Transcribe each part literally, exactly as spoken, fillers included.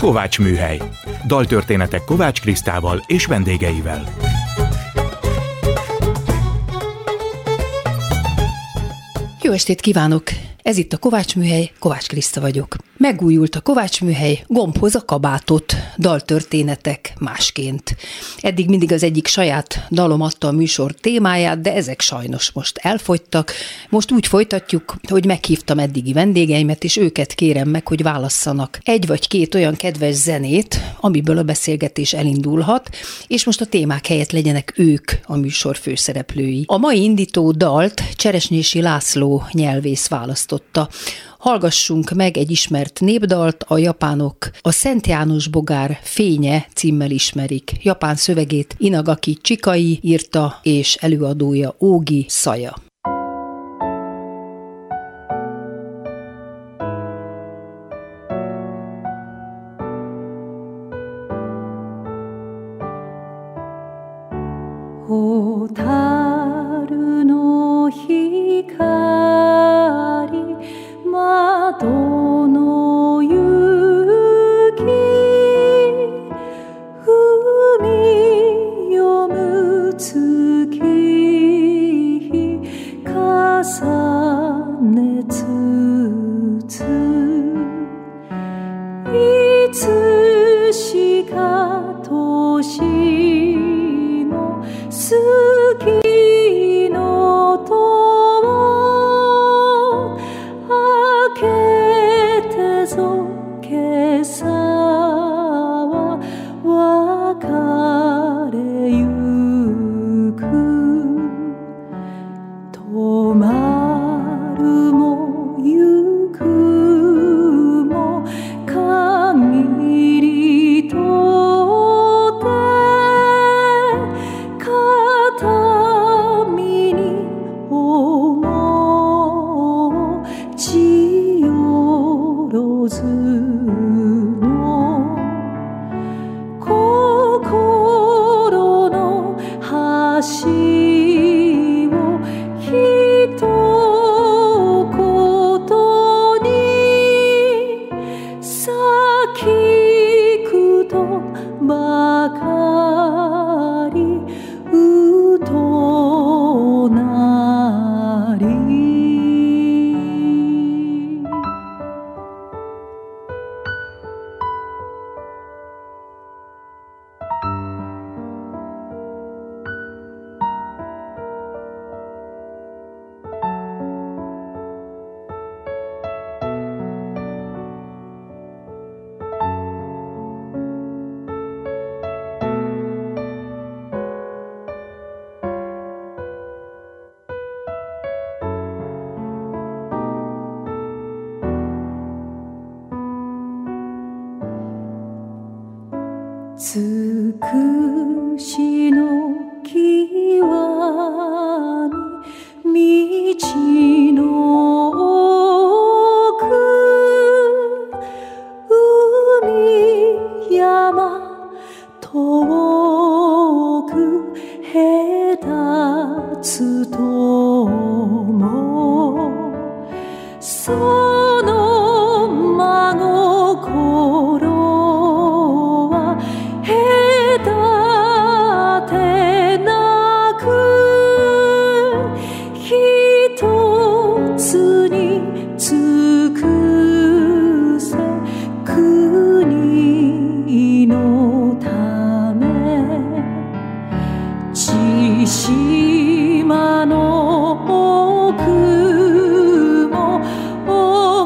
Kovács Műhely. Daltörténetek Kovács Krisztával és vendégeivel. Jó estét kívánok! Ez itt a Kovács Műhely, Kovács Kriszta vagyok. Megújult a Kovács Műhely, gombhoz a kabátot, daltörténetek másként. Eddig mindig az egyik saját dalom adta a műsor témáját, de ezek sajnos most elfogytak. Most úgy folytatjuk, hogy meghívtam eddigi vendégeimet, és őket kérem meg, hogy válasszanak egy vagy két olyan kedves zenét, amiből a beszélgetés elindulhat, és most a témák helyett legyenek ők a műsor főszereplői. A mai indító dalt Cseresnyési László nyelvész választotta. Hallgassunk meg egy ismert népdalt, a japánok a Szent János Bogár Fénye címmel ismerik. Japán szövegét Inagaki Csikai írta, és előadója Ógi Szaja. Hotaru no hikari 窓の雪踏み読む月日重ねつついつしか年も過ぎのと今朝は別れゆく止まるもゆくも限りとて片身に思う千代ずつくしの際に道の奥海山遠く隔つともその真心隔てなく一つに尽くせ国のため千島の奥も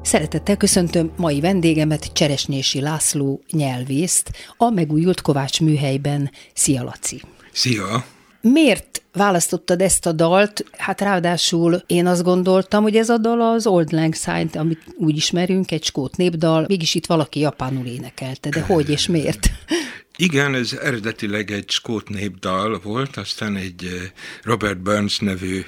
Szeretettel köszöntöm mai vendégemet, Cseresnyési László nyelvészt, a megújult Kovács műhelyben. Szia, Laci! Szia! Miért választottad ezt a dalt? Hát ráadásul én azt gondoltam, hogy ez a dal az Auld Lang Syne, amit úgy ismerünk, egy skót népdal, mégis itt valaki japánul énekelte, de hogy és miért? Igen, ez eredetileg egy skót népdal volt, aztán egy Robert Burns nevű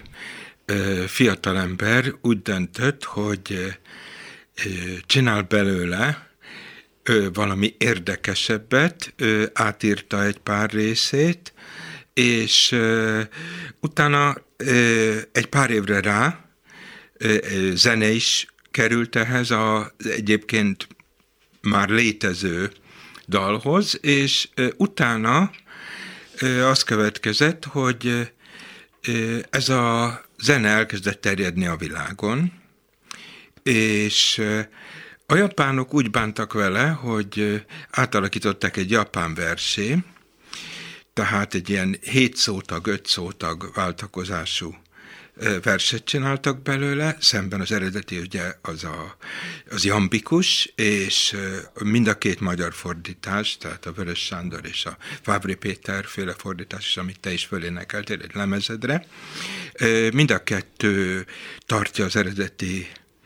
fiatalember úgy döntött, hogy csinál belőle valami érdekesebbet, átírta egy pár részét, és utána egy pár évre rá zene is került ehhez az egyébként már létező dalhoz, és utána az következett, hogy ez a zene elkezdett terjedni a világon, és a japánok úgy bántak vele, hogy átalakították egy japán versé, tehát egy ilyen hét szótag, öt szótag váltakozású verset csináltak belőle, szemben az eredeti ugye az, a, az jambikus, és mind a két magyar fordítás, tehát a Vörös Sándor és a Fábry Péter féle fordítás is, amit te is fölénekeltél egy lemezedre, mind a kettő tartja az eredeti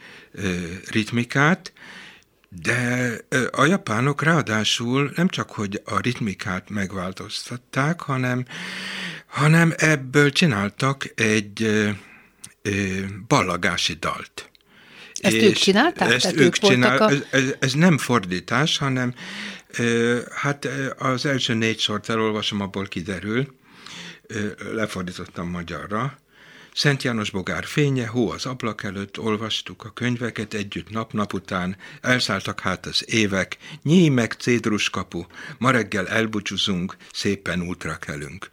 ritmikát, de a japánok ráadásul nem csak, hogy a ritmikát megváltoztatták, hanem, hanem ebből csináltak egy ö, ö, ballagási dalt. Ezt és ők csinálták? Ezt Tehát ők ők csinál, a... ez, ez, ez nem fordítás, hanem ö, hát az első négy sort elolvasom, abból kiderül, ö, lefordítottam magyarra. Szent János bogár fénye, hó az ablak előtt, olvastuk a könyveket együtt nap-nap után, elszálltak hát az évek, nyíj meg cédrus kapu, ma reggel elbúcsúzunk, szépen útra kelünk.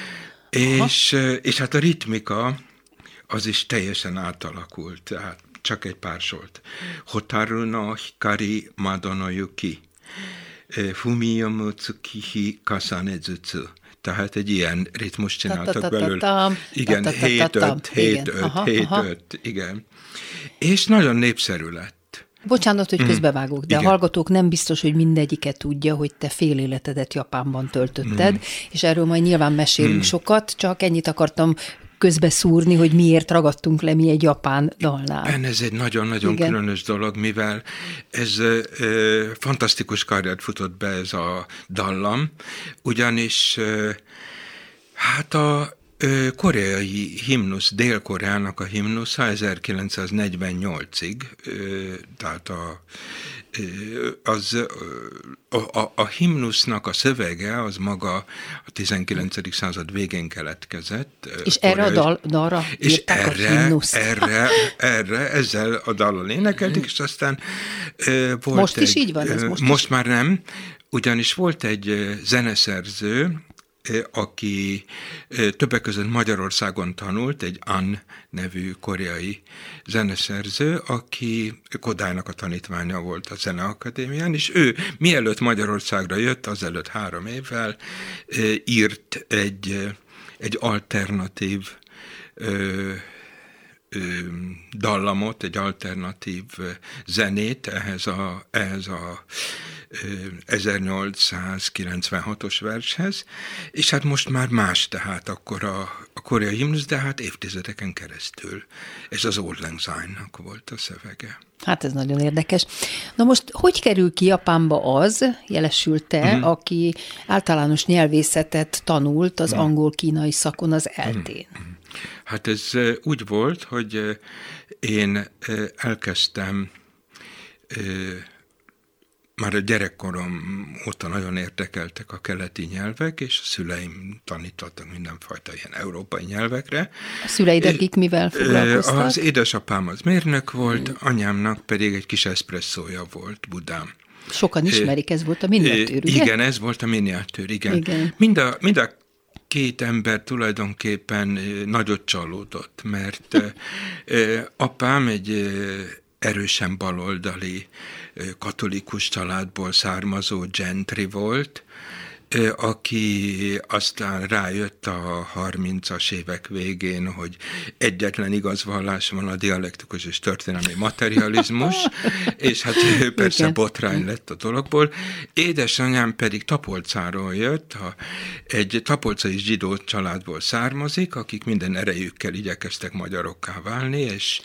És, és hát a ritmika az is teljesen átalakult, tehát csak egy pár solt. Hotaru no hikari mado no yuki, fumiyomu tsukihi kasanezutsu. Tehát egy ilyen ritmus csináltak belőle. Igen, hét öt, hét öt, hét öt, igen. És nagyon népszerű lett. Bocsánat, hogy közbevágok, de igen. A hallgatók nem biztos, hogy mindegyike tudja, hogy te fél életedet Japánban töltötted, mm. és erről majd nyilván mesélünk mm. sokat, csak ennyit akartam közbeszúrni, hogy miért ragadtunk le mi egy japán dalnál. Ben, ez egy nagyon-nagyon igen. különös dolog, mivel ez ö, fantasztikus karriert futott be ez a dallam, ugyanis ö, hát a ö, koreai himnusz, Dél-Koreának a himnusza ezerkilencszáznegyvennyolcig, ö, tehát a Az, a, a, a himnusznak a szövege az maga a tizenkilencedik század végén keletkezett. És korai, erre a dal, dalra és írták erre, a himnuszt. Erre, erre, ezzel a dallal énekelték, és aztán uh, volt Most egy, is így van? Ez most most is? Már nem, ugyanis volt egy zeneszerző, aki többek között Magyarországon tanult, egy An nevű koreai zeneszerző, aki Kodálynak a tanítványa volt a Zeneakadémián, és ő mielőtt Magyarországra jött, azelőtt három évvel írt egy, egy alternatív ö, ö, dallamot, egy alternatív zenét ehhez a, ehhez a ezernyolcszázkilencvenhatos vershez, és hát most már más, tehát akkor a, a koreai himnusz, de hát évtizedeken keresztül. Ez az Auld Lang Syne-nak volt a szövege. Hát ez nagyon érdekes. Na most, hogy kerül ki Japánba az, jelesül te, uh-huh. aki általános nyelvészetet tanult az uh-huh. angol-kínai szakon az eltén? Uh-huh. Hát ez úgy volt, hogy én elkezdtem már a gyerekkorom óta nagyon érdekeltek a keleti nyelvek, és a szüleim tanítottak mindenfajta ilyen európai nyelvekre. A szüleid, akik mivel foglalkoztak? Az édesapám az mérnök volt, anyámnak pedig egy kis eszpresszója volt Budán. Sokan ismerik, ez volt a miniatűr, ugye? Igen, ez volt a miniatűr, igen. igen. Mind a, mind a két ember tulajdonképpen nagyot csalódott, mert apám egy erősen baloldali katolikus családból származó gentry volt, aki aztán rájött a harmincas évek végén, hogy egyetlen igaz vallás van, a dialektikus és történelmi materializmus, és hát persze igen. Botrány lett a dologból. Édesanyám pedig Tapolcáról jött, ha egy tapolcai zsidó családból származik, akik minden erejükkel igyekeztek magyarokká válni, és,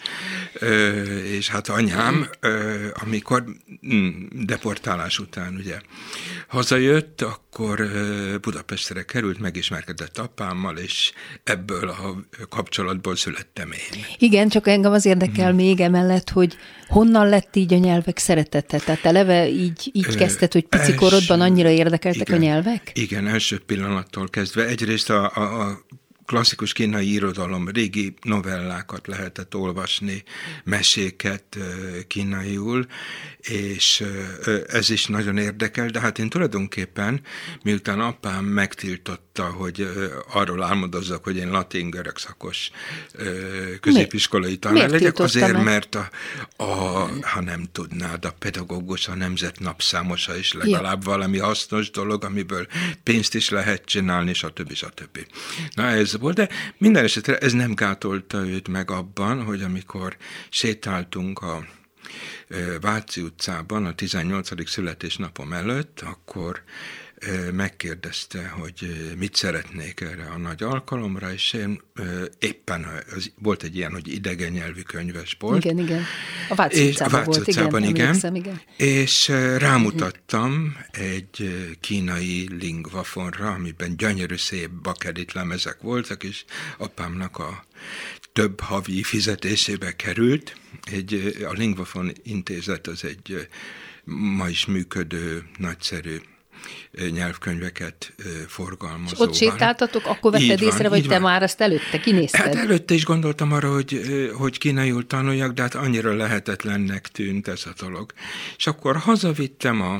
és hát anyám, amikor deportálás után ugye hazajött, akkor Budapestre került, megismerkedett apámmal, és ebből a kapcsolatból születtem én. Igen, csak engem az érdekel hmm. még emellett, hogy honnan lett így a nyelvek szeretete? Tehát eleve így, így kezdted, hogy pici első, korodban annyira érdekeltek igen, a nyelvek? Igen, első pillanattól kezdve. Egyrészt a, a, a klasszikus kínai irodalom, régi novellákat lehetett olvasni, meséket kínaiul, és ez is nagyon érdekel, de hát én tulajdonképpen, miután apám megtiltotta, hogy arról álmodozzak, hogy én latin-görög szakos középiskolai tanár legyek, azért, meg? mert a, a, ha nem tudnád, a pedagógus, a nemzet napszámosa is legalább ja. valami hasznos dolog, amiből pénzt is lehet csinálni, stb. stb. Na ez volt, de minden esetre ez nem gátolta őt meg abban, hogy amikor sétáltunk a Váci utcában a tizennyolcadik születésnapom előtt, akkor megkérdezte, hogy mit szeretnék erre a nagy alkalomra, és én éppen az, volt egy ilyen, hogy idegen nyelvű könyvesbolt. Igen, igen. A Váci utcában volt, utcában, igen, igen, emlékszem, igen. És rámutattam egy kínai lingvafonra, amiben gyönyörű szép bakelit lemezek voltak, és apámnak a több havi fizetésébe került. Egy, a Lingvafon intézet az egy ma is működő, nagyszerű nyelvkönyveket forgalmazó. És ott sétáltatok, akkor vetted észre, van, vagy te van. Már azt előtte kinézted? Hát előtte is gondoltam arra, hogy, hogy kínaiul tanuljak, de hát annyira lehetetlennek tűnt ez a dolog. És akkor hazavittem, a,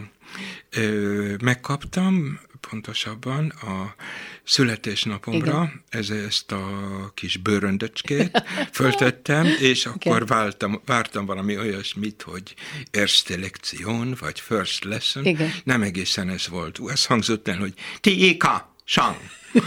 megkaptam pontosabban a születésnapomra, ez, ezt a kis bőröndöcskét föltettem, és akkor váltam, vártam valami olyasmit, hogy erste Lektion, vagy first lesson. Igen. Nem egészen ez volt. Ez hangzott el, hogy Tika, Sang.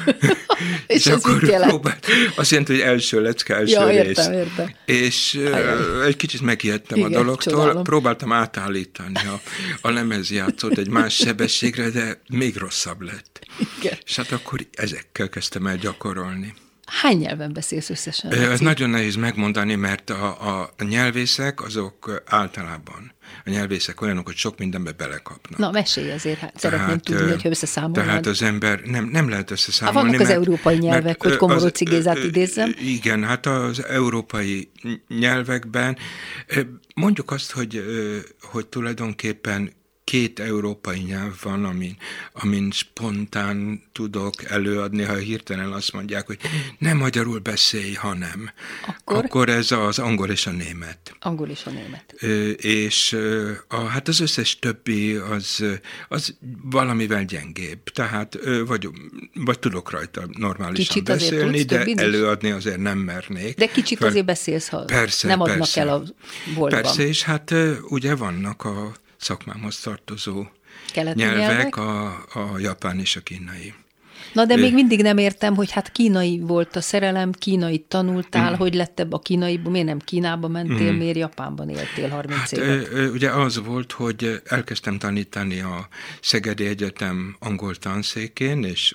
És ez akkor próbált, azt jelenti, hogy első lecke, első ja, rész. Értem, értem. És uh, egy kicsit megijedtem igen, a dologtól, csodálom. Próbáltam átállítani a, a lemezjátszót egy más sebességre, de még rosszabb lett. Igen. És hát akkor ezekkel kezdtem el gyakorolni. Hány nyelven beszélsz összesen? Ez nagyon nehéz megmondani, mert a, a nyelvészek azok általában, a nyelvészek olyanok, hogy sok mindenbe belekapnak. Na, mesélj azért, hát szeretném tehát, tudni, hogy összeszámolnád. Tehát az ember nem, nem lehet összeszámolni. Hát vannak az mert, európai nyelvek, mert, hogy Komoroczi Gézát idézzem. Igen, hát az európai nyelvekben mondjuk azt, hogy, hogy tulajdonképpen két európai nyelv van, amin, amin spontán tudok előadni, ha hirtelen azt mondják, hogy nem magyarul beszélj, hanem. Akkor, akkor ez az angol és a német. Angol és a német. Ö, és a, hát az összes többi az, az valamivel gyengébb. Tehát vagy, vagy tudok rajta normálisan kicsit beszélni, de előadni azért nem mernék. De kicsit Föl, azért beszélsz, ha persze, nem adnak persze. el a boltban. Persze, és hát ugye vannak a szakmámhoz tartozó keleti nyelvek, nyelvek? A, a japán és a kínai. Na, de még mindig nem értem, hogy hát kínai volt a szerelem, kínait tanultál, mm. hogy lett ebbe a kínaiból, miért nem Kínába mentél, mm. miért Japánban éltél harminc hát, évet? Ugye az volt, hogy elkezdtem tanítani a Szegedi Egyetem angol tanszékén, és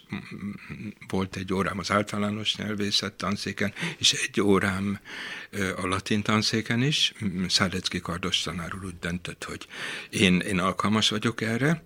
volt egy órám az általános nyelvészet tanszéken, és egy órám a latin tanszéken is. Szádecki Kardos tanár úr úgy döntött, hogy én, én alkalmas vagyok erre.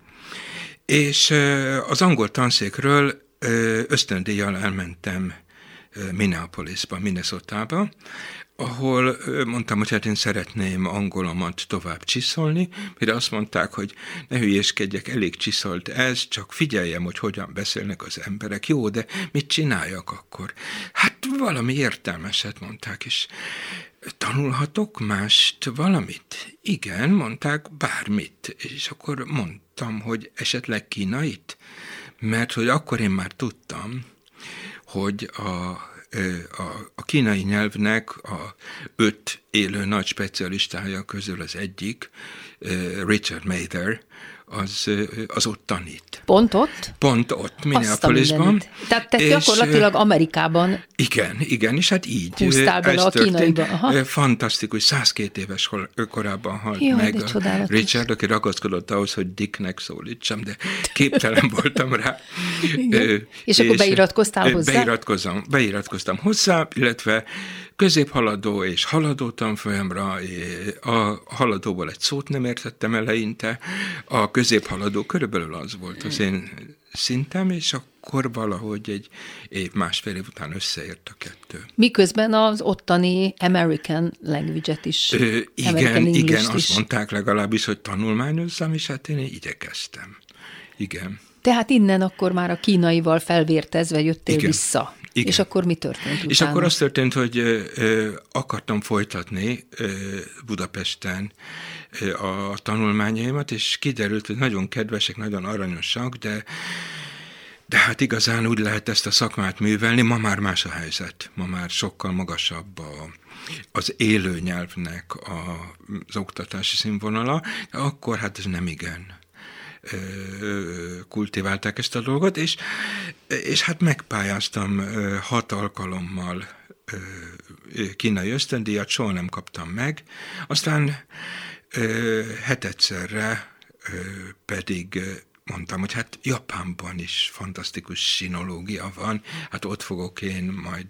És az angol tanszékről ösztöndíjjal elmentem Minneapolisba, Minnesotába, ahol mondtam, hogy hát én szeretném angolomat tovább csiszolni, mire azt mondták, hogy ne hülyéskedjek, elég csiszolt ez, csak figyeljem, hogy hogyan beszélnek az emberek. Jó, de mit csináljak akkor? Hát valami értelmeset mondták, és tanulhatok mást valamit? Igen, mondták, bármit. És akkor mondtam, hogy esetleg kínait? Mert hogy akkor én már tudtam, hogy a, a, a kínai nyelvnek a öt élő nagy specialistája közül az egyik, Richard Mather, az, az ott tanít. Pont ott? Pont ott, Minneapolisban. Tehát te gyakorlatilag Amerikában igen, igen, és hát így. húztál bele a kínaiba. Aha. Fantasztikus, százkét éves korábban halt Jaj, meg a Richard, aki ragaszkodott ahhoz, hogy Dicknek szólítsam, de képtelen voltam rá. és, és akkor beiratkoztál hozzá? Beiratkozom, beiratkoztam hozzá, illetve középhaladó és haladó tanfolyamra, a haladóból egy szót nem értettem eleinte, a középhaladó körülbelül az volt az én szintem, és akkor valahogy egy év, másfél év után összeért a kettő. Miközben az ottani American language-et is, Ö, igen, American igen, is. azt mondták legalábbis, hogy tanulmányozzam, és hát én igyekeztem. Igen. Tehát innen akkor már a kínaival felvértezve jöttél igen. vissza. Igen. És akkor mi történt utána? És akkor az történt, hogy ö, ö, akartam folytatni ö, Budapesten ö, a tanulmányaimat, és kiderült, hogy nagyon kedvesek, nagyon aranyosak, de, de hát igazán úgy lehet ezt a szakmát művelni, ma már más a helyzet. Ma már sokkal magasabb a, az élő nyelvnek a, az oktatási színvonala, de akkor hát ez nem igen kultiválták ezt a dolgot, és, és hát megpályáztam hat alkalommal kínai ösztöndíjat, soha nem kaptam meg, aztán hetedszerre pedig mondtam, hogy hát Japánban is fantasztikus sinológia van, hát ott fogok én majd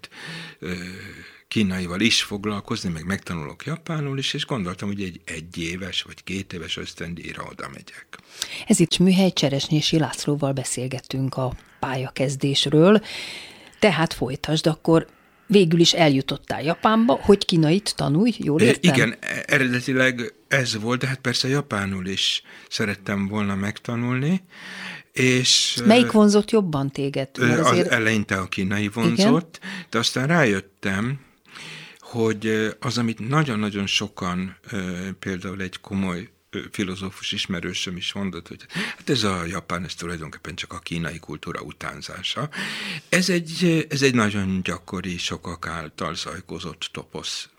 kínaival is foglalkozni, meg megtanulok japánul is, és gondoltam, hogy egy egyéves vagy két éves ösztöndíjra oda megyek. Ez itt műhely, Cseresnyési Lászlóval beszélgettünk a pályakezdésről, tehát folytasd, akkor végül is eljutottál Japánba, hogy kínait tanulj, jól értem? Igen, eredetileg ez volt, de hát persze japánul is szerettem volna megtanulni, és... Melyik vonzott jobban téged? Azért... Az eleinte a kínai vonzott, igen? De aztán rájöttem, hogy az, amit nagyon-nagyon sokan, például egy komoly filozófus ismerősöm is mondott, hogy hát ez a japán, ez tulajdonképpen csak a kínai kultúra utánzása. Ez egy, ez egy nagyon gyakori, sokak által zajkozott toposz,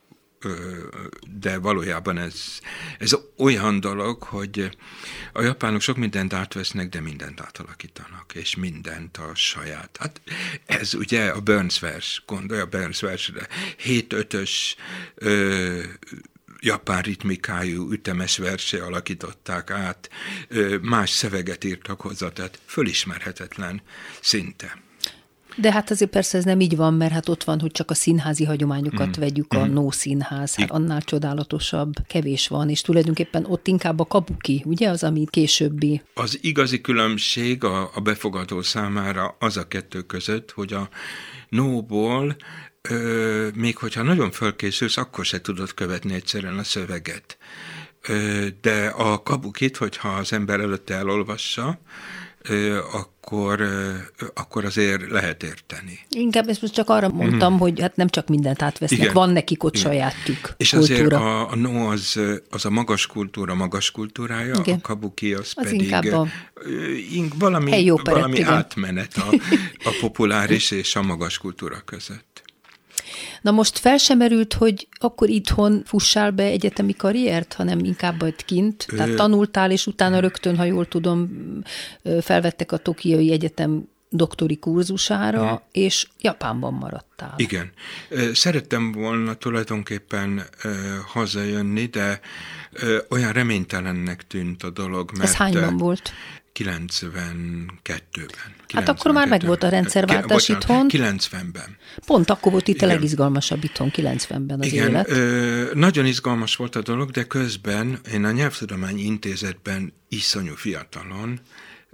de valójában ez, ez olyan dolog, hogy a japánok sok mindent átvesznek, de mindent átalakítanak, és mindent a saját. Hát ez ugye a Burns vers, gondolja Burns versre, hét ötös ö, japán ritmikájú, ütemes versé alakították át, ö, más szöveget írtak hozzá, tehát fölismerhetetlen szinte. De hát azért persze ez nem így van, mert hát ott van, hogy csak a színházi hagyományokat mm. vegyük, a mm. no színház, hát annál csodálatosabb kevés van, és tulajdonképpen ott inkább a kabuki, ugye az, ami későbbi. Az igazi különbség a, a befogadó számára az a kettő között, hogy a nóból Ö, még hogyha nagyon fölkészülsz, akkor se tudod követni egyszerűen a szöveget. Ö, de a kabukit, hogyha az ember előtte elolvassa, ö, akkor, ö, akkor azért lehet érteni. Inkább ezt most csak arra mondtam, mm. hogy hát nem csak mindent átvesznek, igen. Van nekik ott igen. sajátjuk és kultúra. azért a, a no az, az a magas kultúra, magas kultúrája, igen. A kabuki az, az pedig a, ink, valami, valami átmenet a, a populáris és a magas kultúra között. Na most fel sem merült, hogy akkor itthon fussál be egyetemi karriert, hanem inkább majd kint? Ö... Tehát tanultál, és utána rögtön, ha jól tudom, felvettek a Tokiói Egyetem doktori kurzusára, hmm. és Japánban maradtál. Igen. Szerettem volna tulajdonképpen hazajönni, de olyan reménytelennek tűnt a dolog, mert... Ez hányban volt? kilencvenkettőben. Hát akkor már meg volt a rendszerváltás Bocsánat, itthon. kilencvenben. Pont akkor volt itt igen. a legizgalmasabb itthon, kilencvenben az igen, élet. Ö, nagyon izgalmas volt a dolog, de közben én a Nyelvtudományi Intézetben iszonyú fiatalon ö,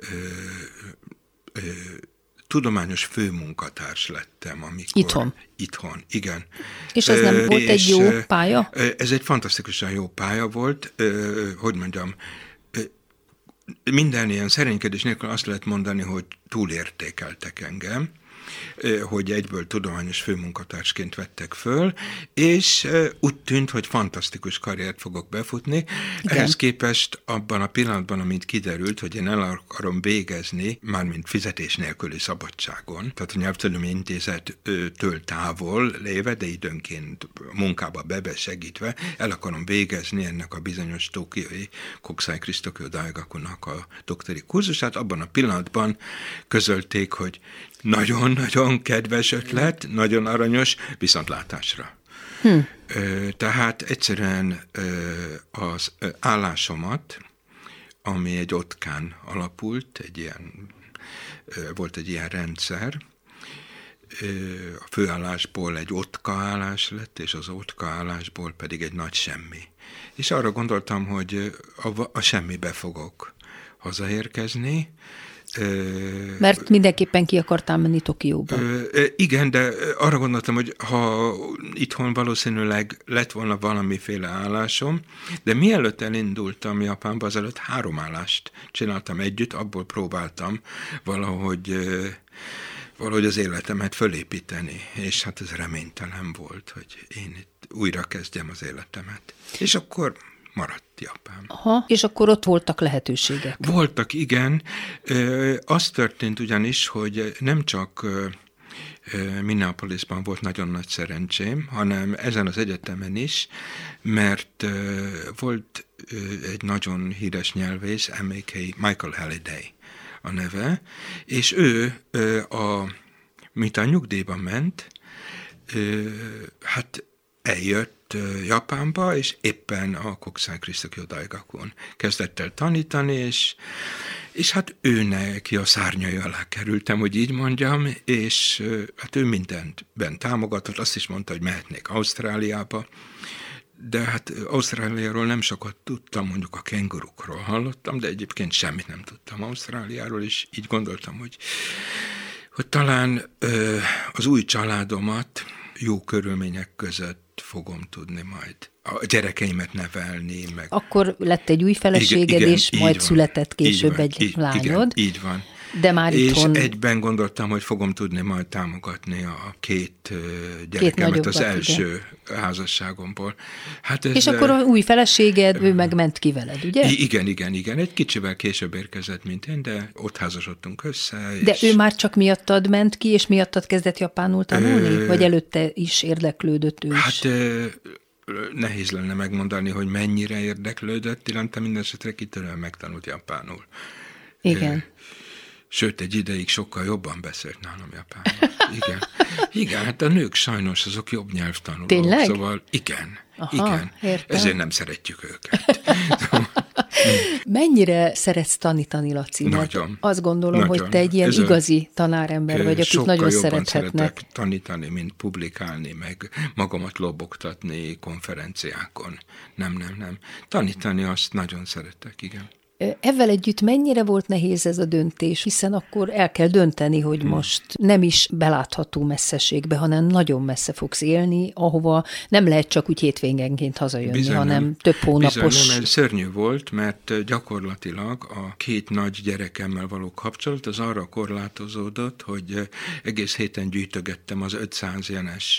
ö, tudományos főmunkatárs lettem, amikor... Itthon? Itthon, igen. És ez nem ö, volt egy jó pálya? Ez egy fantasztikusan jó pálya volt, ö, hogy mondjam, minden ilyen szerénykedés nélkül azt lehet mondani, hogy túlértékeltek engem, hogy egyből tudományos főmunkatársként vettek föl, és úgy tűnt, hogy fantasztikus karriert fogok befutni. Igen. Ehhez képest abban a pillanatban, amint kiderült, hogy én el akarom végezni, mármint fizetés nélküli szabadságon, tehát a Nyelvtudományi Intézettől távol léve, de időnként munkába bebesegítve, el akarom végezni ennek a bizonyos tokiói Kokusai Christokyo Daigakunak a doktori kurzusát. Abban a pillanatban közölték, hogy nagyon-nagyon kedves ötlet, nagyon aranyos, viszontlátásra. Hm. Tehát egyszerűen az állásomat, ami egy otkán alapult, egy ilyen, volt egy ilyen rendszer, a főállásból egy otka állás lett, és az otka állásból pedig egy nagy semmi. És arra gondoltam, hogy a, a semmibe fogok hazaérkezni. Mert mindenképpen ki akartál menni Tokióba. Igen, de arra gondoltam, hogy ha itthon valószínűleg lett volna valamiféle állásom, de mielőtt elindultam Japánba, azelőtt három állást csináltam együtt, abból próbáltam valahogy, valahogy az életemet fölépíteni, és hát ez reménytelen volt, hogy én itt újra kezdjem az életemet. És akkor maradt Japán. Aha, és akkor ott voltak lehetőségek. Voltak, igen. Az történt ugyanis, hogy nem csak Minneapolisban volt nagyon nagy szerencsém, hanem ezen az egyetemen is, mert volt egy nagyon híres nyelvész, em á ká Michael Halliday a neve, és ő, a, mint a nyugdíjba ment, hát eljött Japánba, és éppen a Kokusai Christokyo Daigakun kezdett el tanítani, és, és hát ő neki a szárnyai alá kerültem, hogy így mondjam, és hát ő mindenben támogatott, azt is mondta, hogy mehetnék Ausztráliába, de hát Ausztráliáról nem sokat tudtam, mondjuk a kengurukról hallottam, de egyébként semmit nem tudtam Ausztráliáról, és így gondoltam, hogy, hogy talán ö, az új családomat jó körülmények között fogom tudni majd a gyerekeimet nevelni. Meg. Akkor lett egy új feleséged, igen, és igen, majd született később van, egy így, lányod. Igen, így van. De már és itthon... egyben gondoltam, hogy fogom tudni majd támogatni a két gyerekemet két az első igen. házasságomból. Hát ez, és akkor a új feleséged, ő meg ment ki veled, ugye? Igen, igen, igen. Egy kicsivel később érkezett, mint én, de ott házasodtunk össze. De és... ő már csak miattad ment ki, és miattad kezdett japánul tanulni? Ö... Vagy előtte is érdeklődött ő is? Hát... Ö... nehéz lenne megmondani, hogy mennyire érdeklődött, illetve mindenesetre kitörően megtanult japánul. Igen. Sőt, egy ideig sokkal jobban beszélt nálam japánul. Igen. Igen, hát a nők sajnos azok jobb nyelvtanulók. Tényleg? Szóval igen, aha, igen. Értem. Ezért nem szeretjük őket. Mennyire szeretsz tanítani, Laci? Nagyon. Azt gondolom, nagyon. hogy te egy ilyen Ez igazi tanárember vagy, akit nagyon szerethetnek. Szeretek tanítani, mint publikálni, meg magamat lobogtatni konferenciákon. Nem, nem, nem. Tanítani azt nagyon szeretek, igen. Ezzel együtt mennyire volt nehéz ez a döntés, hiszen akkor el kell dönteni, hogy hmm. most nem is belátható messzeségbe, hanem nagyon messze fogsz élni, ahova nem lehet csak úgy hétvégenként hazajönni, bizony, hanem több hónapos... Bizony, nem, ez szörnyű volt, mert gyakorlatilag a két nagy gyerekemmel való kapcsolat az arra korlátozódott, hogy egész héten gyűjtögettem az ötszáz jenes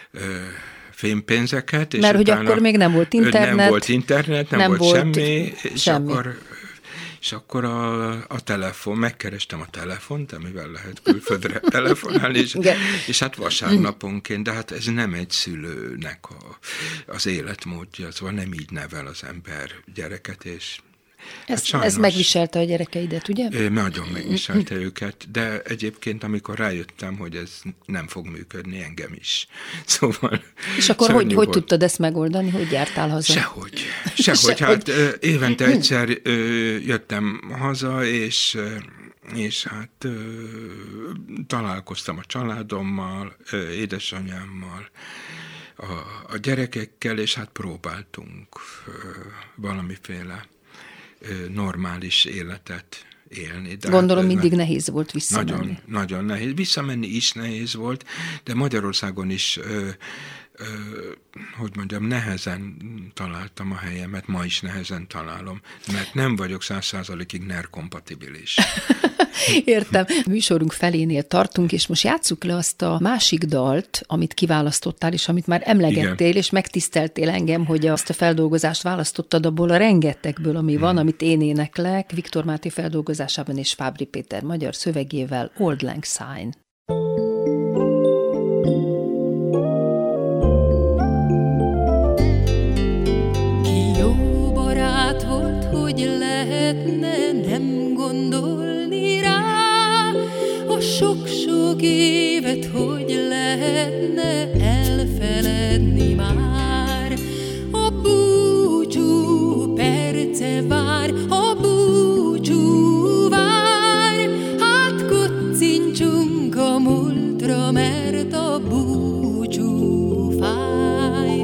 fémpénzeket. És mert hogy akkor még nem volt internet. Nem volt internet, nem, nem volt, volt semmi, és semmi. akkor... És akkor a, a telefon, megkerestem a telefont, amivel lehet külföldre telefonálni, és, és hát vasárnaponként, de hát ez nem egy szülőnek a, az életmódja, szóval nem így nevel az ember gyereket, és Ez, hát ez megviselte a gyerekeidet, ugye? Nagyon megviselte őket, de egyébként, amikor rájöttem, hogy ez nem fog működni, engem is. Szóval... És akkor hogy, hogy tudtad ezt megoldani? Hogy jártál haza? Sehogy. Sehogy. Se, hát hogy... évente egyszer jöttem haza, és... és hát találkoztam a családommal, édesanyámmal, a, a gyerekekkel, és hát próbáltunk valamiféle normális életet élni. De gondolom hát mindig nehéz volt visszamenni. Nagyon, nagyon nehéz. Visszamenni is nehéz volt, de Magyarországon is, ö, ö, hogy mondjam, nehezen találtam a helyemet, ma is nehezen találom, mert nem vagyok száz százalékig ner kompatibilis. Értem. Műsorunk felénél tartunk, és most játsszuk le azt a másik dalt, amit kiválasztottál, és amit már emlegettél, igen. És megtiszteltél engem, hogy azt a feldolgozást választottad abból a rengetegből, ami van, hmm. amit én éneklek, Viktor Máté feldolgozásában és Fábry Péter magyar szövegével, Auld Lang Syne. Lehetne nem gondolni rá, a sok-sok évet hogy lehetne elfeledni már. A búcsú perce vár, a búcsú vár, hát kocincsunk a múltra, mert a búcsú fáj.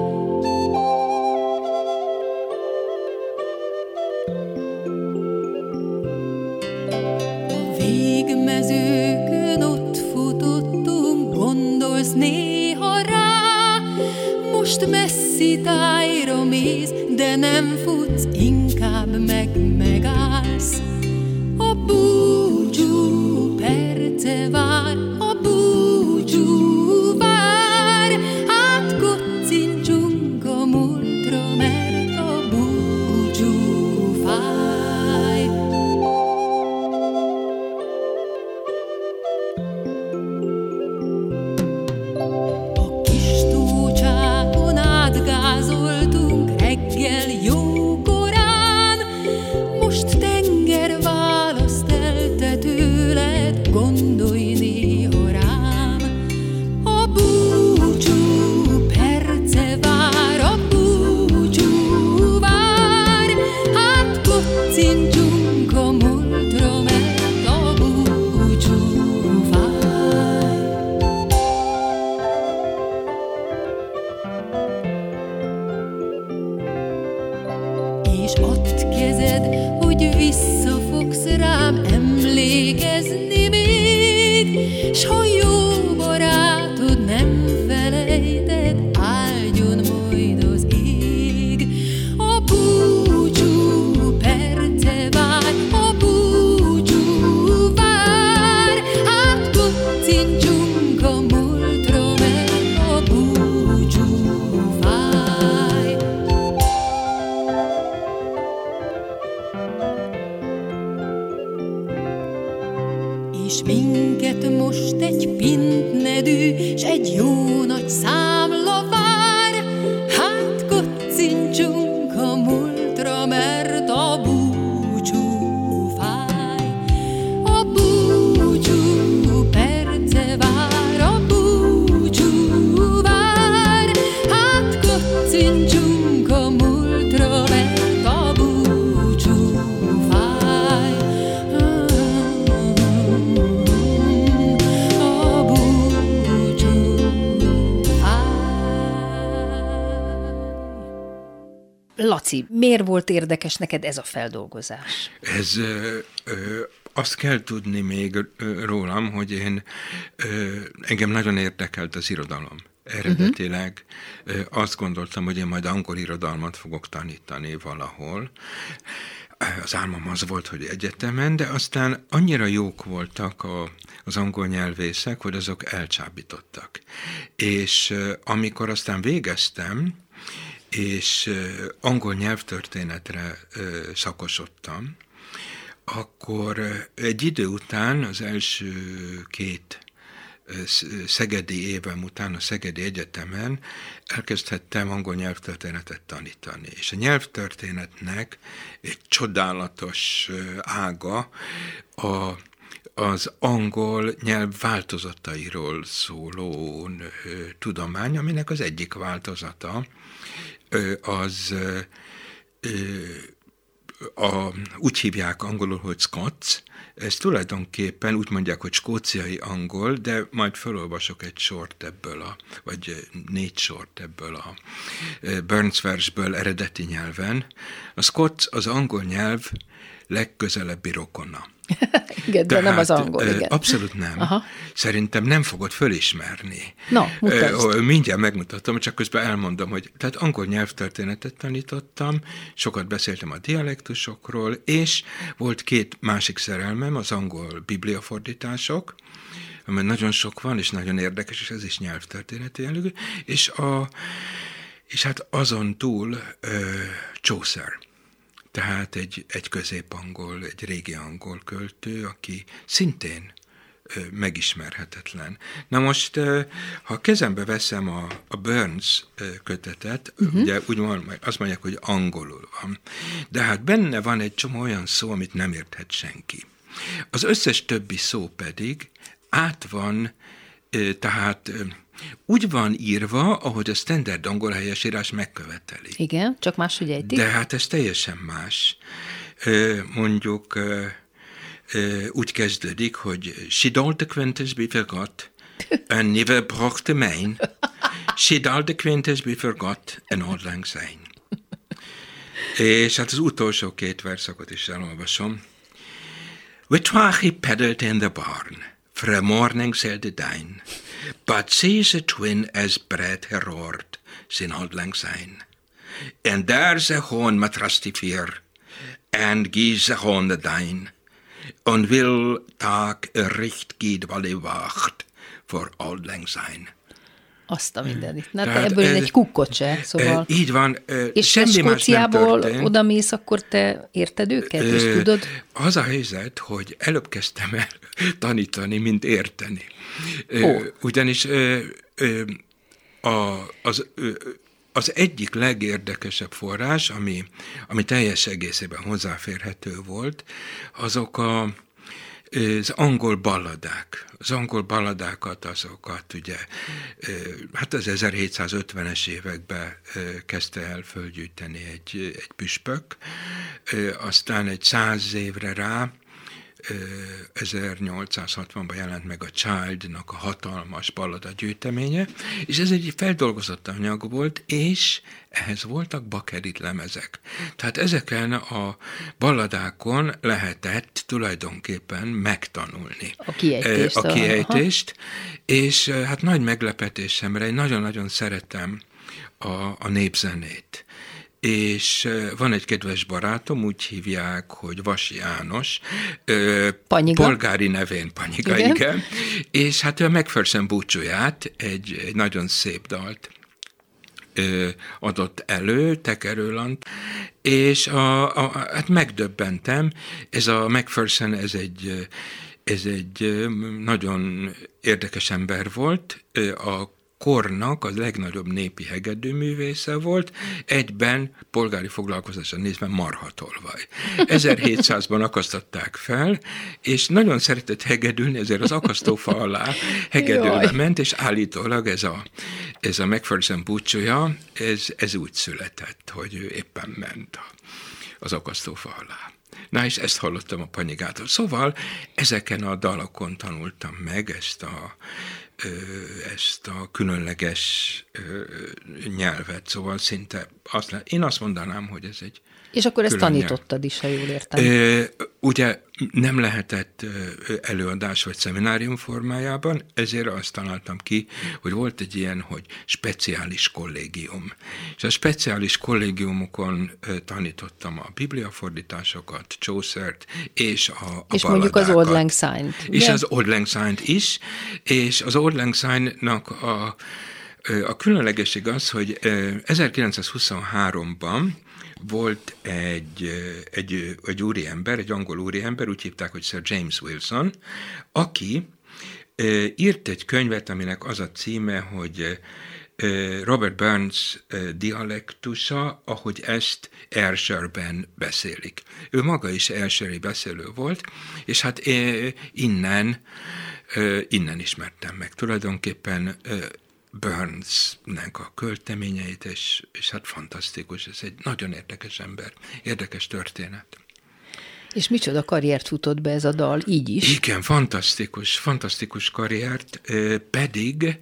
Végmezőkön ott futottunk, gondolsz néha rá, most messzi tájra mész, de nem futsz, inkább meg megállsz. A búcsú perce vár, a búcsú vár, hát kocincsunk a múltra, mert a búcsú fáj. A kis tócsákon átgázoltunk reggel jókorán, most tenger választ elte tőled, gondolj néha rám. A búcsú perce vár, a búcsú vár, hát kocincsunk a múltra, mert a búcsú fáj. És add kezed, hogy visszafogsz rám emlékezni még, s ha jó barátod nem felejted, áldjon majd az ég. A búcsú perce vár, a búcsú vár, hát kocincsunk a múltra, mert a búcsú fáj. És minket most egy pintnedű, s egy jó nagy számla vár, hát kocincsunk a múltra, mert a búcsú fáj. A búcsú perce vár, a búcsú vár, hát kocincsunk a múltra, mert a búcsú fáj. A búcsú fáj. Laci, miért volt érdekes neked ez a feldolgozás? Ez ö, ö, azt kell tudni még ö, rólam, hogy én ö, engem nagyon érdekelt az irodalom. Eredetileg uh-huh. ö, azt gondoltam, hogy én majd angol irodalmat fogok tanítani valahol. Az álmom az volt, hogy egyetemen, de aztán annyira jók voltak a, az angol nyelvészek, hogy azok elcsábítottak. És ö, amikor aztán végeztem, és angol nyelvtörténetre szakosodtam, akkor egy idő után, az első két szegedi évem után a Szegedi Egyetemen elkezdhettem angol nyelvtörténetet tanítani. És a nyelvtörténetnek egy csodálatos ága a az angol nyelv változatairól szóló tudomány, aminek az egyik változata az a, úgy hívják angolul, hogy Scots, ez tulajdonképpen úgy mondják, hogy skóciai angol, de majd felolvasok egy sort ebből, a, vagy négy sort ebből a Burns versből eredeti nyelven. A Scots, az angol nyelv legközelebbi rokona. Igen, de nem az angol, igen. Abszolút nem. Aha. Szerintem nem fogod fölismerni. Na, mutasd. Mindjárt megmutatom, csak közben elmondom, hogy tehát angol nyelvtörténetet tanítottam, sokat beszéltem a dialektusokról, és volt két másik szerelmem, az angol bibliafordítások, amely nagyon sok van, és nagyon érdekes, és ez is nyelvtörténeti jellegű, és, a, és hát azon túl uh, Chaucer. Tehát egy, egy középangol, egy régi angol költő, aki szintén ö, megismerhetetlen. Na most, ö, ha a kezembe veszem a, a Burns ö, kötetet, uh-huh. ugye úgy van, azt mondják, hogy angolul van, de hát benne van egy csomó olyan szó, amit nem érthet senki. Az összes többi szó pedig át van, ö, tehát... Ö, úgy van írva, ahogy a standard angol helyesírás megköveteli. Igen, csak máshogy ejtik. De hát ez teljesen más. Mondjuk úgy kezdődik, hogy she dalte quintus be forgot, and never brachte mein. She dalte quintus be forgot, and old lang sein. És hát az utolsó két verszakot is elolvasom. With he paddled in the barn, fra morning till the dine. But sees a twin as bread herord, sin old lang sein. And there's a horn ma trusty fear, and gies a horn the dine, and will tak a richt gied wali wacht, for old lang sein. Azt a mindenit. Na, te ebből ez, egy kukkot se, szóval... Így van, és semmi Skóciából odamész, akkor te érted őket, és tudod? Az a helyzet, hogy előbb kezdtem el tanítani, mint érteni. Oh. Ugyanis a, az, az egyik legérdekesebb forrás, ami, ami teljes egészében hozzáférhető volt, azok a az angol balladák. Az angol balladákat, azokat ugye, hát az ezerhétszázötvenes években kezdte el fölgyűjteni egy, egy püspök, aztán egy száz évre rá, ezernyolcszázhatvanban jelent meg a Childnak a hatalmas ballada gyűjteménye, és ez egy feldolgozott anyag volt, és ehhez voltak bakelit lemezek. Tehát ezeken a balladákon lehetett tulajdonképpen megtanulni a kiejtést, a kiejtést és hát nagy meglepetésemre, én nagyon-nagyon szeretem a, a népzenét. És van egy kedves barátom, úgy hívják, hogy Vasi János, Panyiga. Polgári nevén Panyiga, igen. igen. És hát ő a McPherson búcsúját, egy, egy nagyon szép dalt adott elő, Tekerőlant, és a, a, hát megdöbbentem, ez a McPherson, ez egy, ez egy nagyon érdekes ember volt, a kornak az legnagyobb népi hegedűművésze volt, egyben polgári foglalkozásra nézve marhatolvaj. ezerhétszázban akasztották fel, és nagyon szeretett hegedülni, ezért az akasztófa alá hegedülve ment, és állítólag ez a, ez a McPherson búcsúja, ez, ez úgy született, hogy ő éppen ment az akasztófa alá. Na, és ezt hallottam a Panyigától. Szóval ezeken a dalokon tanultam meg ezt a ezt a különleges nyelvet, szóval szinte azt, én azt mondanám, hogy ez egy És akkor ezt tanítottad is, ha jól értem. Ugye nem lehetett előadás vagy szeminárium formájában, ezért azt találtam ki, hogy volt egy ilyen, hogy speciális kollégium. És a speciális kollégiumokon tanítottam a bibliafordításokat, Chaucert és a, a És balladákat. mondjuk az Auld Lang Syne-t. És az Auld Lang Syne-t is, és az Auld Lang Syne-nak a, a különlegesség az, hogy ezerkilencszázhuszonháromban volt egy, egy, egy úriember, egy angol úriember, úgy hívták, hogy Sir James Wilson, aki írt egy könyvet, aminek az a címe, hogy Robert Burns dialektusa, ahogy ezt Ayrshire-ben beszélik. Ő maga is Ayrshire-i beszélő volt, és hát innen, innen ismertem meg tulajdonképpen Burnsnek a költeményeit, és, és hát fantasztikus, ez egy nagyon érdekes ember, érdekes történet. És micsoda karriert futott be ez a dal, így is? Igen, fantasztikus, fantasztikus karriert, pedig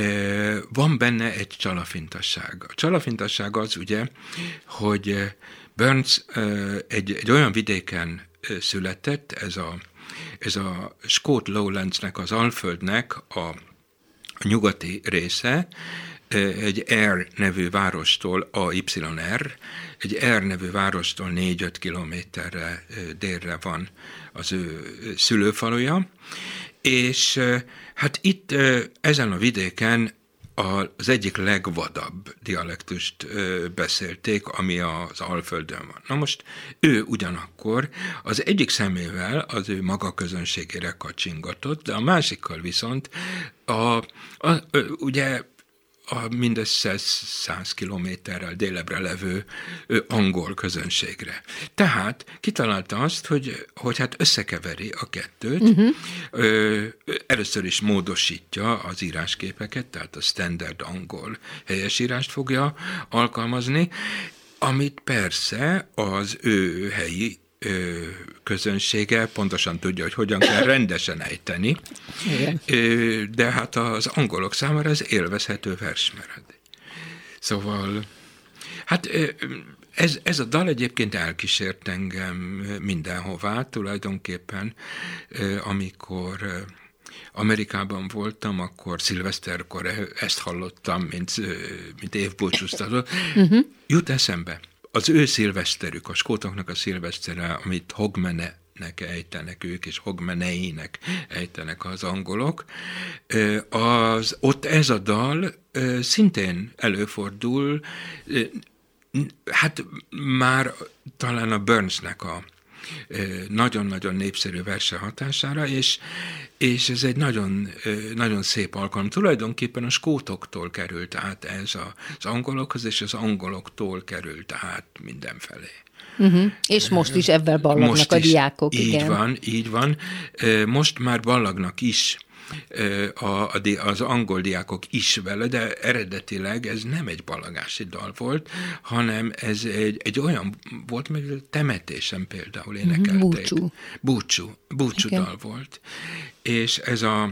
van benne egy csalafintasság. A csalafintasság az ugye, hogy Burns egy, egy olyan vidéken született, ez a, ez a Skót Lowlandsnek, az Alföldnek a, a nyugati része, egy Ayr nevű várostól, A Y R, egy Ayr nevű várostól négy-öt kilométerre délre van az ő szülőfaluja, és hát itt ezen a vidéken az egyik legvadabb dialektust beszélték, ami az Alföldön van. Na most ő ugyanakkor az egyik szemével az ő maga közönségére kacsingatott, de a másikkal viszont a, a, a, ugye a mindössze száz kilométerrel délebbre levő ö, angol közönségre. Tehát kitalálta azt, hogy, hogy hát összekeveri a kettőt, uh-huh. ö, először is módosítja az írásképeket, tehát a standard angol helyesírást fogja alkalmazni, amit persze az ő helyi közönsége pontosan tudja, hogy hogyan kell rendesen ejteni, igen. De hát az angolok számára ez élvezhető versmered. Szóval, hát ez, ez a dal egyébként elkísért engem mindenhová, tulajdonképpen, amikor Amerikában voltam, akkor szilveszterkor ezt hallottam, mint, mint évbúcsúztató. Uh-huh. Jut eszembe. Az ő szilveszterük, a skótoknak a szilvesztere, amit Hogmanay-nek ejtenek ők, és Hogmanay-nek ejtenek az angolok, az, ott ez a dal szintén előfordul, hát már talán a Burnsnek a nagyon-nagyon népszerű verse hatására, és, és ez egy nagyon, nagyon szép alkalom. Tulajdonképpen a skótoktól került át ez az angolokhoz, és az angoloktól került át mindenfelé. Uh-huh. És most is ebben ballagnak most a diákok. Így igen. van, így van. Most már ballagnak is A, az angol diákok is vele, de eredetileg ez nem egy ballagási dal volt, hanem ez egy, egy olyan volt, meg temetésen például énekelték. Búcsú. Búcsú, búcsú dal volt. És ez a,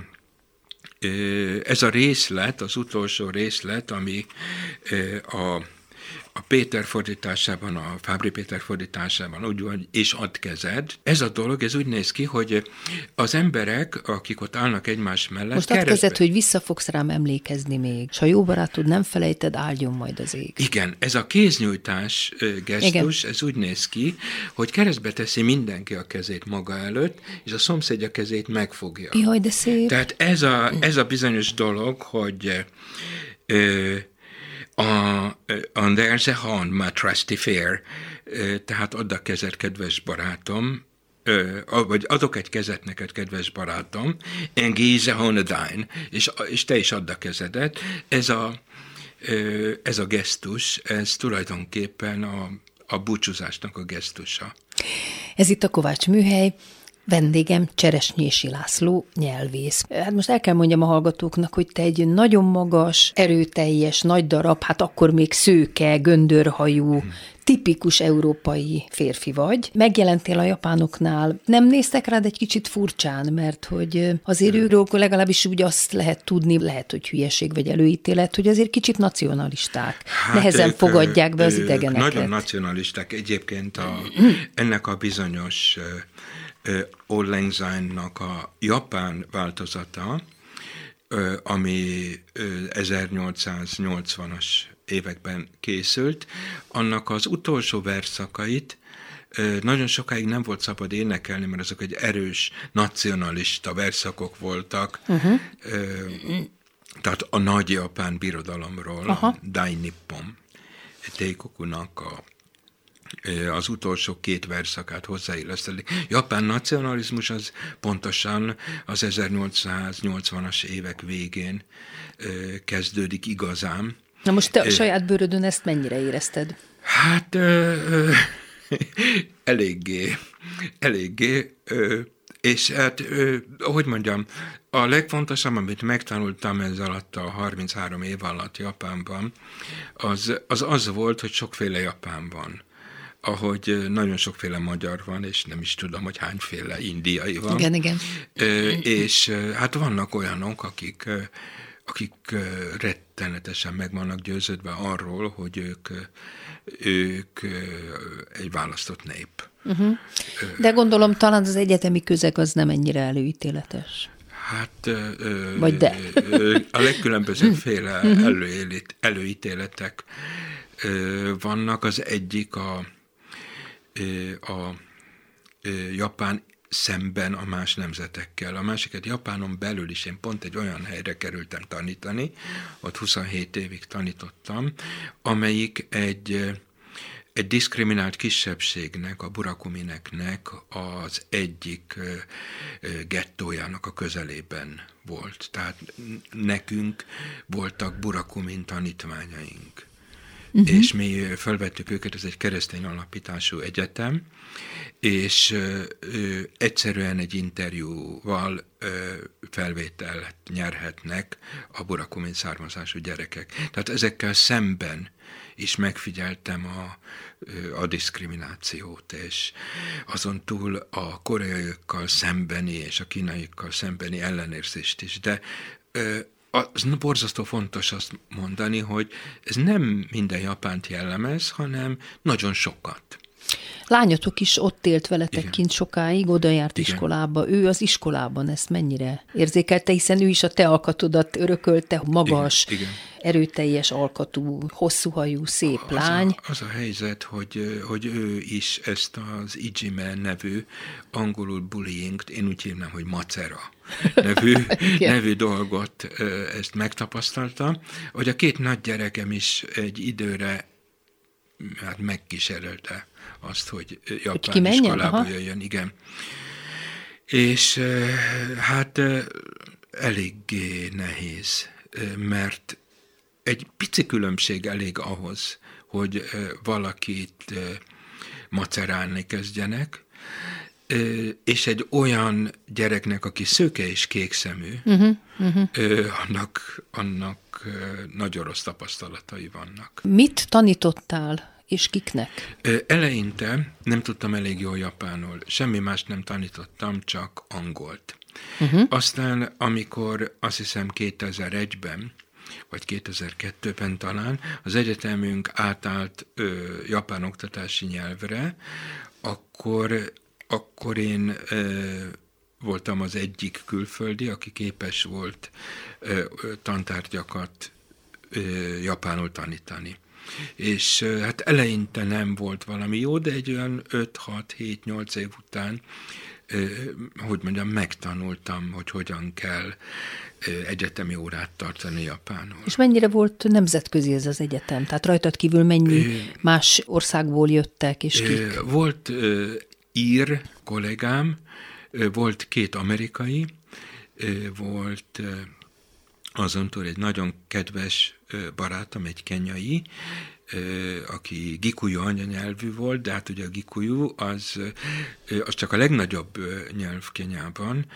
ez a részlet, az utolsó részlet, ami a A Péter fordításában, a Fábry Péter fordításában úgy van, és ad kezed. Ez a dolog, ez úgy néz ki, hogy az emberek, akik ott állnak egymás mellett... Most ad kezed, hogy vissza fogsz rám emlékezni még, és ha jó barátod nem felejted, áldjon majd az ég. Igen, ez a kéznyújtás gesztus, igen. Ez úgy néz ki, hogy keresztbe teszi mindenki a kezét maga előtt, és a szomszédja kezét megfogja. Jaj, de szép. Tehát ez a, ez a bizonyos dolog, hogy... Ö, A, on there's a hand, my trusty fair, tehát add a kezed, kedves barátom, vagy adok egy kezet neked, kedves barátom, and give a hand a thine, és, és te is add a kezedet. Ez a, ez a gesztus, ez tulajdonképpen a, a búcsúzásnak a gesztusa. Ez itt a Kovács Műhely. Vendégem Cseresnyési László, nyelvész. Hát most el kell mondjam a hallgatóknak, hogy te egy nagyon magas, erőteljes, nagy darab, hát akkor még szőke, göndörhajú, tipikus európai férfi vagy. Megjelentél a japánoknál. Nem néztek rád egy kicsit furcsán, mert hogy azért őről legalábbis úgy azt lehet tudni, lehet, hogy hülyeség vagy előítélet, hogy azért kicsit nacionalisták. Hát nehezen ők, fogadják be az idegeneket. Nagyon nacionalisták. Egyébként a, ennek a bizonyos Auld Lang Syne-nak a japán változata, ami ezernyolcszáznyolcvanas években készült, annak az utolsó versszakait nagyon sokáig nem volt szabad énekelni, mert azok egy erős nacionalista versszakok voltak, uh-huh. Tehát a nagy japán birodalomról, aha. A Dai Nippon Teikokunak a az utolsó két verszakát hozzáillesztelik. Japán nacionalizmus az pontosan az ezernyolcszáznyolcvanas évek végén kezdődik igazán. Na most te a saját bőrödön ezt mennyire érezted? Hát ö, ö, eléggé, eléggé, ö, és hát, ö, hogy mondjam, a legfontosabb, amit megtanultam ez alatt a harminchárom év alatt Japánban, az az, az volt, hogy sokféle Japán van. Ahogy nagyon sokféle magyar van, és nem is tudom, hogy hányféle indiai van. Igen, igen. És hát vannak olyanok, akik, akik rettenetesen meg vannak győződve arról, hogy ők, ők egy választott nép. Uh-huh. De gondolom talán az egyetemi közeg az nem ennyire előítéletes. Hát Vagy de. A legkülönbözőbbféle előélít, előítéletek vannak. Az egyik a, a japán szemben a más nemzetekkel. A másikat Japánon belül is én pont egy olyan helyre kerültem tanítani, ott huszonhét évig tanítottam, amelyik egy, egy diszkriminált kisebbségnek, a burakumineknek az egyik gettójának a közelében volt. Tehát nekünk voltak burakumin tanítványaink. Uh-huh. És mi felvettük őket, ez egy keresztény alapítású egyetem, és ö, ö, egyszerűen egy interjúval ö, felvételt nyerhetnek a burakumin származású gyerekek. Tehát ezekkel szemben is megfigyeltem a, a diszkriminációt, és azon túl a koreaiakkal szembeni és a kínaiakkal szembeni ellenérzést is. De ö, az borzasztó fontos azt mondani, hogy ez nem minden japánt jellemez, hanem nagyon sokat. Lányotok is ott élt veletek Igen. kint sokáig, oda járt Igen. iskolába. Ő az iskolában ezt mennyire érzékelte, hiszen ő is a te alkatodat örökölte, magas, Igen. Igen. erőteljes alkatú, hosszúhajú, szép az lány. A, az a helyzet, hogy, hogy ő is ezt az ijime nevű, angolul bullying, én úgy hívnám, hogy macera nevű, nevű dolgot ezt megtapasztalta, hogy a két nagy gyerekem is egy időre hát megkísérelte azt, hogy japán hogy iskolába Aha. jöjjön, igen. És hát eléggé nehéz, mert egy pici különbség elég ahhoz, hogy valakit macerálni kezdjenek, és egy olyan gyereknek, aki szőke és kékszemű, uh-huh, uh-huh. annak, annak nagyon rossz tapasztalatai vannak. Mit tanítottál, és kiknek? Eleinte nem tudtam elég jól japánul. Semmi mást nem tanítottam, csak angolt. Uh-huh. Aztán, amikor azt hiszem kétezer-egyben, vagy kétezer-kettőben talán, az egyetemünk átállt ö, japán oktatási nyelvre, akkor, akkor én ö, voltam az egyik külföldi, aki képes volt ö, tantárgyakat ö, japánul tanítani. És ö, hát eleinte nem volt valami jó, de egy olyan öt hat hét nyolc év után ö, hogy mondjam, megtanultam, hogy hogyan kell egyetemi órát tartani japánul. És mennyire volt nemzetközi ez az egyetem? Tehát rajtad kívül mennyi ö, más országból jöttek, és kik? Volt ö, ír kollégám, ö, volt két amerikai, ö, volt ö, azon túl egy nagyon kedves ö, barátom, egy kenyai, ö, aki gikuyu anyanyelvű volt, de hát ugye a gikuyu az, ö, az csak a legnagyobb ö, nyelv Kenyában.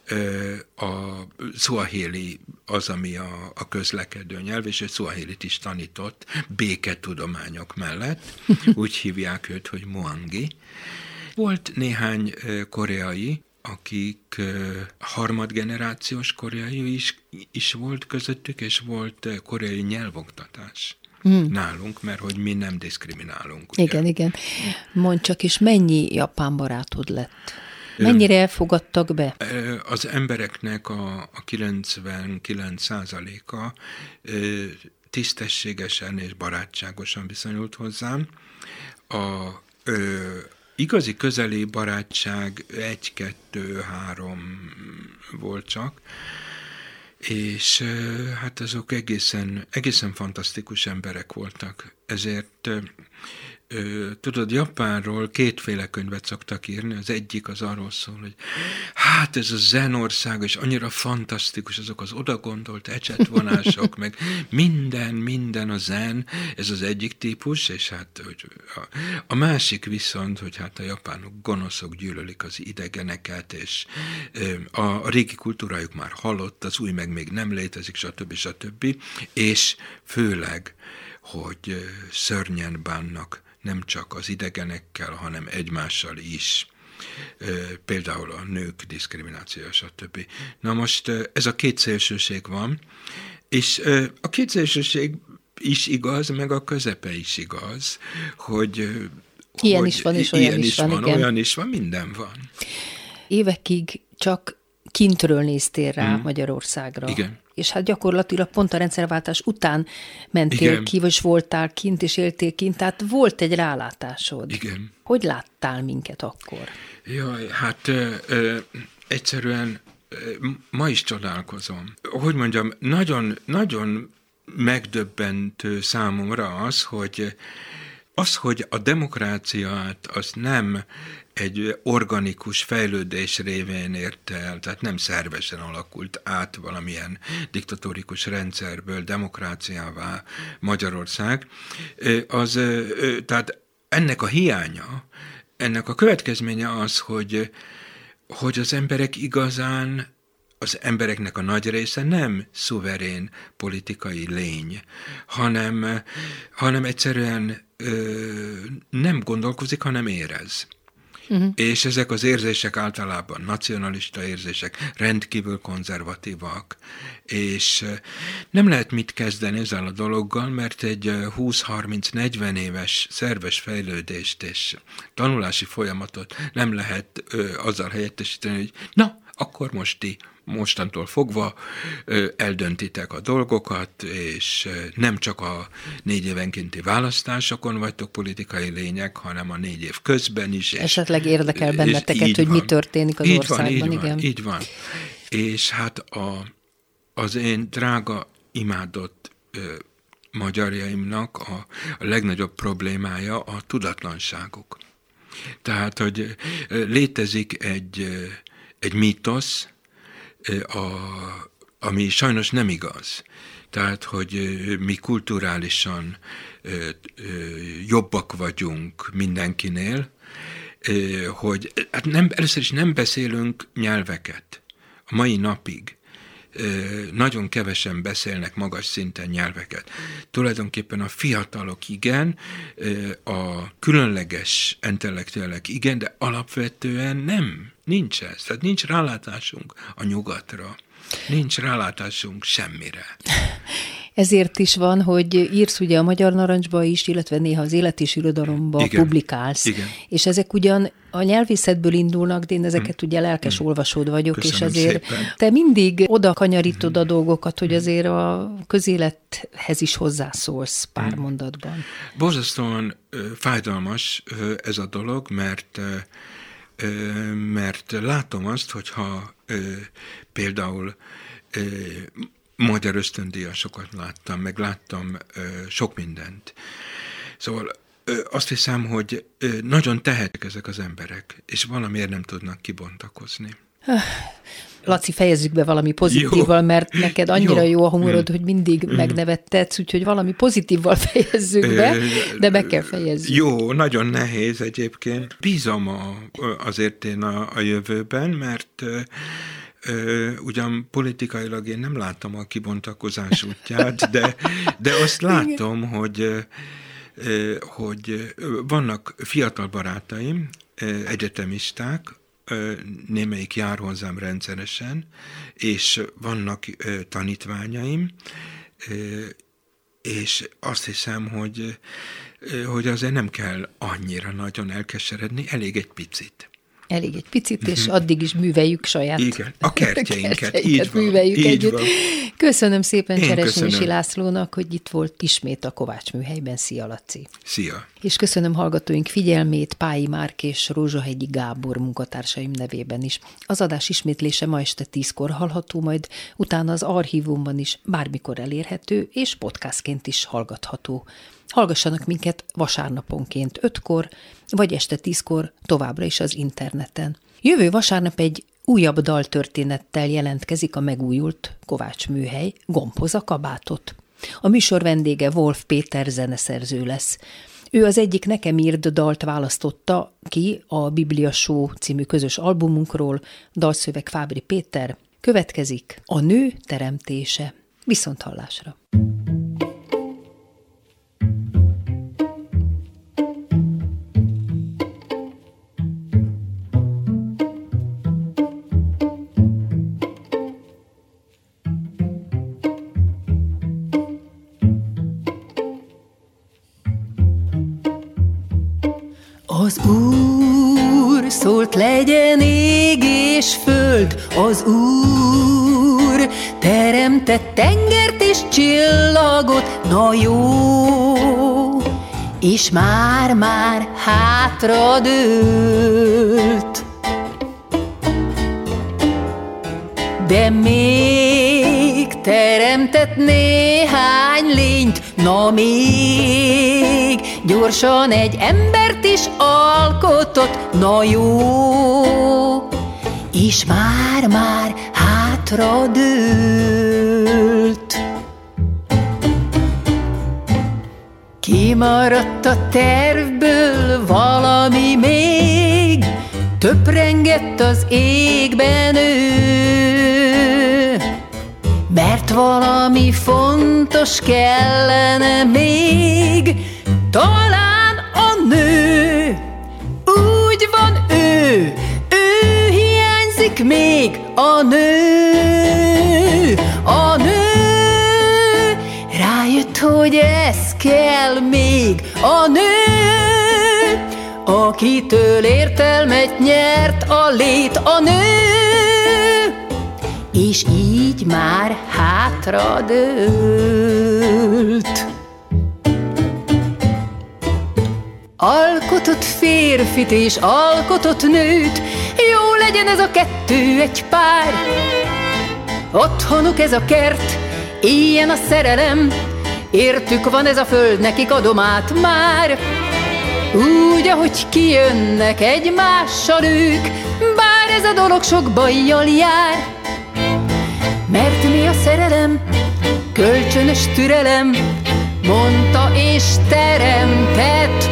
A szuahili az, ami a, a közlekedő nyelv, és egy szuahilit is tanított béketudományok mellett. Úgy hívják őt, hogy Moangi. Volt néhány koreai, akik harmadgenerációs koreai is, is volt közöttük, és volt koreai nyelvoktatás. Hmm. Nálunk, mert hogy mi nem diszkriminálunk. Ugye? Igen, igen. Mondd csak, és mennyi japán barátod lett? Mennyire elfogadtak be? Az embereknek a, a kilencvenkilenc százaléka tisztességesen és barátságosan viszonyult hozzám. A ö, igazi közeli barátság egy, kettő, három volt csak, és hát azok egészen, egészen fantasztikus emberek voltak. Ezért tudod, Japánról kétféle könyvet szoktak írni, az egyik az arról szól, hogy hát ez a zen ország, és annyira fantasztikus, azok az odagondolt ecsetvonások, meg minden, minden a zen, ez az egyik típus, és hát hogy a, a másik viszont, hogy hát a japánok gonoszok, gyűlölik az idegeneket, és a, a régi kultúrájuk már halott, az új meg még nem létezik, stb. stb. És főleg, hogy szörnyen bánnak nem csak az idegenekkel, hanem egymással is. Például a nők diszkriminációja, stb. Na most ez a két szélsőség van, És ö, a kétszélsőség is igaz, meg a közepe is igaz, hogy ilyen hogy is van, és olyan ilyen is is van, van, igen. olyan is van, minden van. Évekig csak kintről néztél rá Mm. Magyarországra. Igen. És hát gyakorlatilag pont a rendszerváltás után mentél Igen. ki, vagy voltál kint, és éltél kint, tehát volt egy rálátásod. Igen. Hogy láttál minket akkor? Jaj, hát ö, ö, egyszerűen ö, ma is csodálkozom. Hogy mondjam, nagyon, nagyon megdöbbentő számomra az, hogy az, hogy a demokráciát az nem egy organikus fejlődés révén érte el, tehát nem szervesen alakult át valamilyen diktatórikus rendszerből demokráciává Magyarország, az, tehát ennek a hiánya, ennek a következménye az, hogy, hogy az emberek igazán, az embereknek a nagy része nem szuverén politikai lény, hanem, hanem egyszerűen ö, nem gondolkozik, hanem érez. Uh-huh. És ezek az érzések általában nacionalista érzések, rendkívül konzervatívak, és nem lehet mit kezdeni ezzel a dologgal, mert egy húsz-harminc-negyven éves szerves fejlődést és tanulási folyamatot nem lehet ö, azzal helyettesíteni, hogy na, akkor most ti mostantól fogva ö, eldöntitek a dolgokat, és nem csak a négy évenkénti választásokon vagytok politikai lények, hanem a négy év közben is. És, esetleg érdekel benneteket, hogy van. mi történik az így országban, van, így igen. Van, így van. És hát a, az én drága, imádott ö, magyarjaimnak a, a legnagyobb problémája a tudatlanságuk. Tehát, hogy ö, létezik egy, ö, egy mítosz, A, ami sajnos nem igaz. Tehát, hogy mi kulturálisan ö, ö, jobbak vagyunk mindenkinél, ö, hogy hát nem, először is nem beszélünk nyelveket. A mai napig ö, nagyon kevesen beszélnek magas szinten nyelveket. Tulajdonképpen a fiatalok igen, ö, a különleges intellektuálek igen, de alapvetően nem. Nincs ez. Tehát nincs rálátásunk a nyugatra. Nincs rálátásunk semmire. Ezért is van, hogy írsz ugye a Magyar Narancsba is, illetve néha az Élet és Irodalomba Igen. publikálsz. Igen. És ezek ugyan a nyelvészetből indulnak, de én ezeket mm. ugye lelkes mm. olvasód vagyok, Köszönöm és azért szépen. te mindig oda kanyarítod a dolgokat, hogy azért a közélethez is hozzászólsz pár mm. mondatban. Borzasztóan ö, fájdalmas ö, ez a dolog, mert ö, mert látom azt, hogyha ö, például ö, magyar ösztöndíjasokat láttam, meg láttam ö, sok mindent. Szóval ö, azt hiszem, hogy ö, nagyon tehetek ezek az emberek, és valamiért nem tudnak kibontakozni. Laci, fejezzük be valami pozitívval, jó. Mert neked annyira jó, jó a humorod, mm. hogy mindig mm. megnevettetsz, úgyhogy valami pozitívval fejezzük be, de be kell fejezzük. Jó, nagyon nehéz egyébként. Bízom a, azért én a, a jövőben, mert ö, ugyan politikailag én nem látom a kibontakozás útját, de, de azt látom, hogy, ö, hogy vannak fiatal barátaim, egyetemisták, némelyik jár hozzám rendszeresen, és vannak tanítványaim, és azt hiszem, hogy, hogy azért nem kell annyira nagyon elkeseredni, elég egy picit. Elég egy picit, és addig is műveljük saját Igen, a kertjeinket, így van. Műveljük így együtt. Van. Köszönöm szépen Cseresnyősi köszönöm. Lászlónak, hogy itt volt ismét a Kovács Műhelyben. Szia, Laci! Szia! És köszönöm hallgatóink figyelmét Pályi Márk és Rózsahegyi Gábor munkatársaim nevében is. Az adás ismétlése ma este tízkor hallható, majd utána az archívumban is bármikor elérhető, és podcastként is hallgatható. Hallgassanak minket vasárnaponként ötkor, vagy este tízkor továbbra is az interneten. Jövő vasárnap egy újabb daltörténettel jelentkezik a megújult Kovács Műhely, Gombhoz a kabátot. A műsor vendége Wolf Péter zeneszerző lesz. Ő az egyik Nekem írd dalt választotta ki a Biblia Show című közös albumunkról, dalszöveg Fábri Péter. Következik A nő teremtése. Viszonthallásra! Az Úr szólt, legyen ég és föld, az Úr teremtett tengert és csillagot, na jó, és már-már hátradőlt. De még teremtett néhány lényt, na még gyorsan egy embert is alkotott, na jó, és már-már hátradőlt. Kimaradt a tervből valami még, töprengett az égben ő, mert valami fontos kellene még, talán a nő. Úgy van ő, ő hiányzik még, a nő, a nő. Rájött, hogy ez kell még, a nő, akitől értelmet nyert a lét, a nő, és így már hátradőlt. Alkotott férfit és alkotott nőt, jó legyen ez a kettő egy pár. Otthonuk ez a kert, ilyen a szerelem, értük van ez a föld, nekik adom át már. Úgy, ahogy kijönnek egymással ők, bár ez a dolog sok bajjal jár. Mert mi a szerelem? Kölcsönös türelem, mondta és teremtett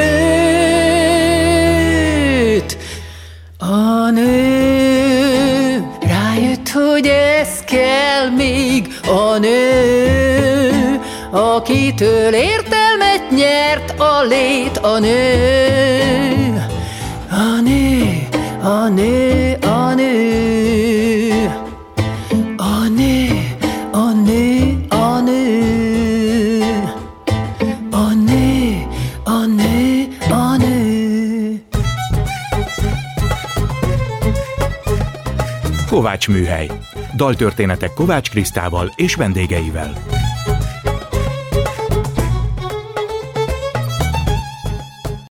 nőt. A nő rájött, hogy ez kell még, a nő, akitől értelmet nyert a lét, a nő, a nő, a nő, a nő, a nő, a nő, a nő, a nő, a nő, a nő. Kovács Műhely. Daltörténetek Kovács Krisztával és vendégeivel.